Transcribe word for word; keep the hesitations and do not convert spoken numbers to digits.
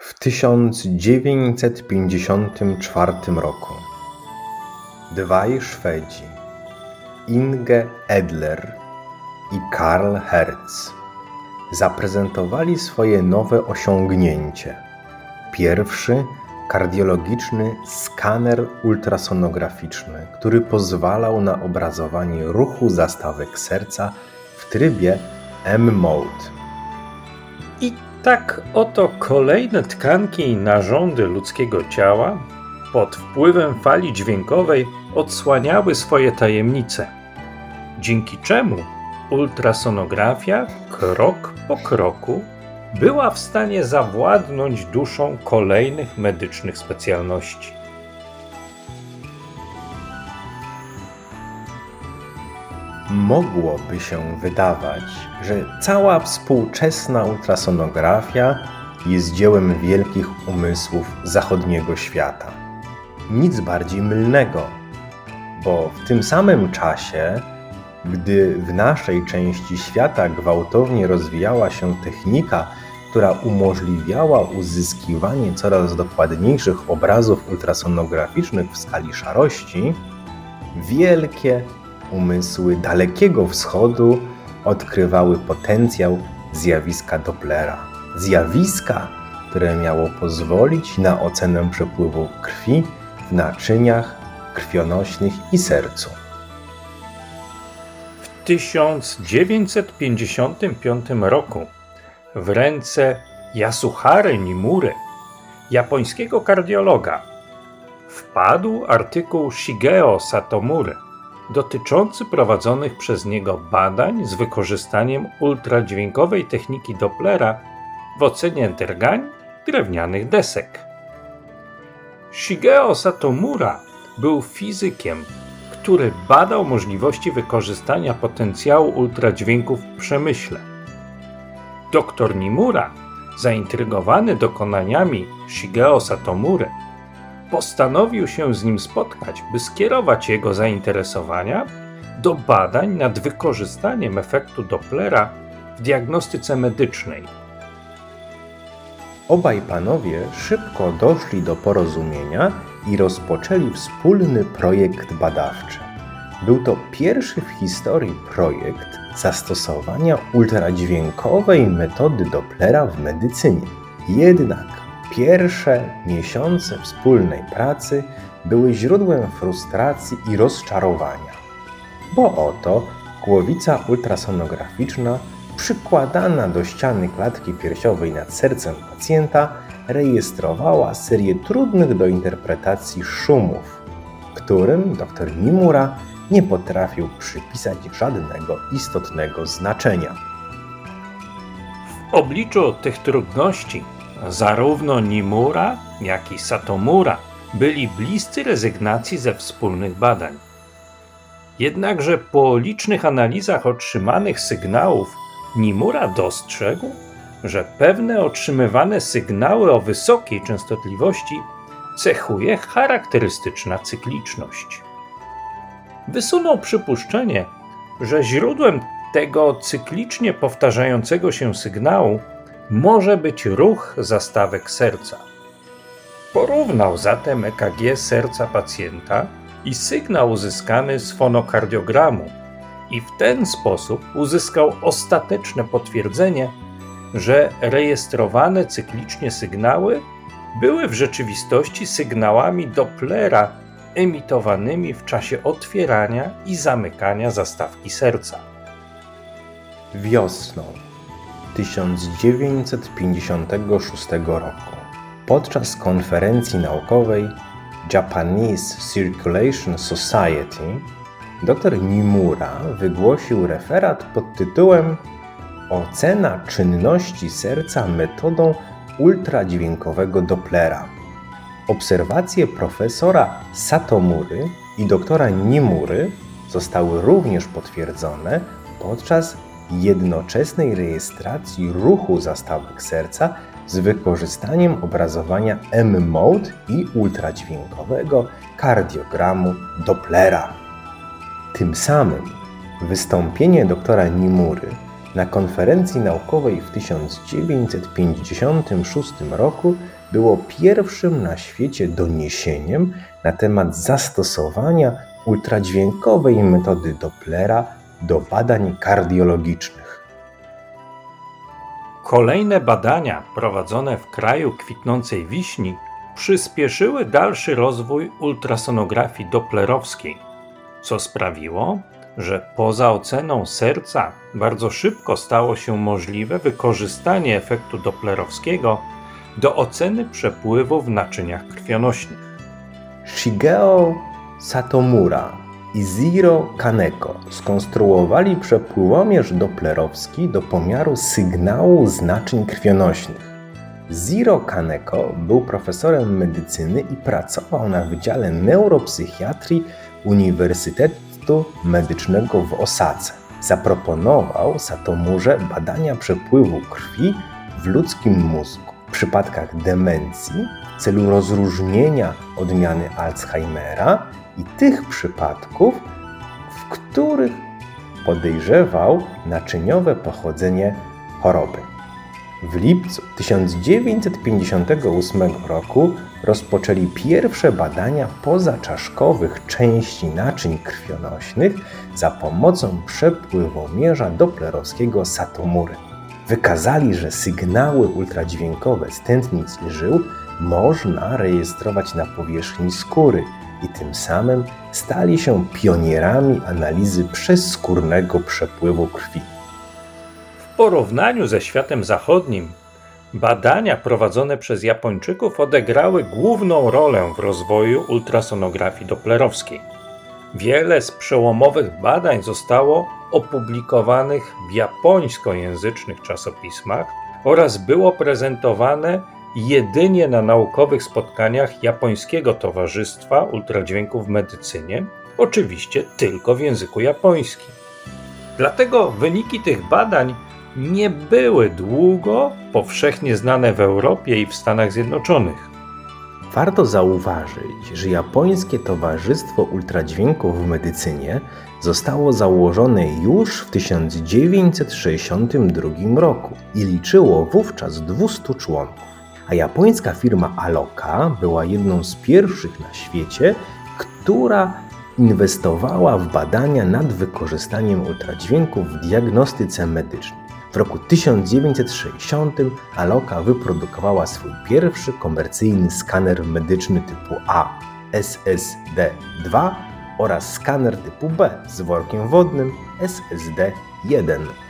W tysiąc dziewięćset pięćdziesiątym czwartym roku dwaj Szwedzi, Inge Edler i Karl Hertz, zaprezentowali swoje nowe osiągnięcie. Pierwszy kardiologiczny skaner ultrasonograficzny, który pozwalał na obrazowanie ruchu zastawek serca w trybie M-Mode. I tak oto kolejne tkanki i narządy ludzkiego ciała pod wpływem fali dźwiękowej odsłaniały swoje tajemnice, dzięki czemu ultrasonografia krok po kroku była w stanie zawładnąć duszą kolejnych medycznych specjalności. Mogłoby się wydawać, że cała współczesna ultrasonografia jest dziełem wielkich umysłów zachodniego świata. Nic bardziej mylnego, bo w tym samym czasie, gdy w naszej części świata gwałtownie rozwijała się technika, która umożliwiała uzyskiwanie coraz dokładniejszych obrazów ultrasonograficznych w skali szarości, wielkie umysły Dalekiego Wschodu odkrywały potencjał zjawiska Dopplera. Zjawiska, które miało pozwolić na ocenę przepływu krwi w naczyniach krwionośnych i sercu. W tysiąc dziewięćset pięćdziesiątym piątym roku w ręce Yasuhary Nimury, japońskiego kardiologa, wpadł artykuł Shigeo Satomury dotyczący prowadzonych przez niego badań z wykorzystaniem ultradźwiękowej techniki Dopplera w ocenie drgań drewnianych desek. Shigeo Satomura był fizykiem, który badał możliwości wykorzystania potencjału ultradźwięków w przemyśle. Doktor Nimura, zaintrygowany dokonaniami Shigeo Satomury, postanowił się z nim spotkać, by skierować jego zainteresowania do badań nad wykorzystaniem efektu Dopplera w diagnostyce medycznej. Obaj panowie szybko doszli do porozumienia i rozpoczęli wspólny projekt badawczy. Był to pierwszy w historii projekt zastosowania ultradźwiękowej metody Dopplera w medycynie. Jednak pierwsze miesiące wspólnej pracy były źródłem frustracji i rozczarowania, bo oto głowica ultrasonograficzna przykładana do ściany klatki piersiowej nad sercem pacjenta rejestrowała serię trudnych do interpretacji szumów, którym dr Nimura nie potrafił przypisać żadnego istotnego znaczenia. W obliczu tych trudności zarówno Nimura, jak i Satomura byli bliscy rezygnacji ze wspólnych badań. Jednakże po licznych analizach otrzymanych sygnałów Nimura dostrzegł, że pewne otrzymywane sygnały o wysokiej częstotliwości cechuje charakterystyczna cykliczność. Wysunął przypuszczenie, że źródłem tego cyklicznie powtarzającego się sygnału może być ruch zastawek serca. Porównał zatem E K G serca pacjenta i sygnał uzyskany z fonokardiogramu i w ten sposób uzyskał ostateczne potwierdzenie, że rejestrowane cyklicznie sygnały były w rzeczywistości sygnałami Dopplera emitowanymi w czasie otwierania i zamykania zastawki serca. Wiosną tysiąc dziewięćset pięćdziesiątego szóstego roku podczas konferencji naukowej Japanese Circulation Society dr Nimura wygłosił referat pod tytułem Ocena czynności serca metodą ultradźwiękowego Dopplera. Obserwacje profesora Satomury i doktora Nimury zostały również potwierdzone podczas jednoczesnej rejestracji ruchu zastawek serca z wykorzystaniem obrazowania M-Mode i ultradźwiękowego kardiogramu Dopplera. Tym samym wystąpienie doktora Nimury Na konferencji naukowej w tysiąc dziewięćset pięćdziesiątym szóstym roku było pierwszym na świecie doniesieniem na temat zastosowania ultradźwiękowej metody Dopplera do badań kardiologicznych. Kolejne badania prowadzone w kraju kwitnącej wiśni przyspieszyły dalszy rozwój ultrasonografii doplerowskiej, co sprawiło, że poza oceną serca bardzo szybko stało się możliwe wykorzystanie efektu doplerowskiego do oceny przepływu w naczyniach krwionośnych. Shigeo Satomura i Ziro Kaneko skonstruowali przepływomierz doplerowski do pomiaru sygnału z naczyń krwionośnych. Ziro Kaneko był profesorem medycyny i pracował na Wydziale Neuropsychiatrii Uniwersytetu Medycznego w Osace. Zaproponował Satomurze badania przepływu krwi w ludzkim mózgu w przypadkach demencji w celu rozróżnienia odmiany Alzheimera i tych przypadków, w których podejrzewał naczyniowe pochodzenie choroby. W lipcu tysiąc dziewięćset pięćdziesiątego ósmego roku rozpoczęli pierwsze badania pozaczaszkowych części naczyń krwionośnych za pomocą przepływomierza doplerowskiego Satomury. Wykazali, że sygnały ultradźwiękowe z tętnic i żył można rejestrować na powierzchni skóry i tym samym stali się pionierami analizy przezskórnego przepływu krwi. W porównaniu ze światem zachodnim, badania prowadzone przez Japończyków odegrały główną rolę w rozwoju ultrasonografii doplerowskiej. Wiele z przełomowych badań zostało opublikowanych w japońskojęzycznych czasopismach oraz było prezentowane jedynie na naukowych spotkaniach Japońskiego Towarzystwa Ultradźwięku w Medycynie, oczywiście tylko w języku japońskim. Dlatego wyniki tych badań nie były długo powszechnie znane w Europie i w Stanach Zjednoczonych. Warto zauważyć, że Japońskie Towarzystwo Ultradźwięku w Medycynie zostało założone już w tysiąc dziewięćset sześćdziesiątym drugim roku i liczyło wówczas dwieście członków, a japońska firma Aloka była jedną z pierwszych na świecie, która inwestowała w badania nad wykorzystaniem ultradźwięku w diagnostyce medycznej. W roku tysiąc dziewięćset sześćdziesiątym Aloka wyprodukowała swój pierwszy komercyjny skaner medyczny typu A S S D dwa oraz skaner typu B z workiem wodnym S S D jeden.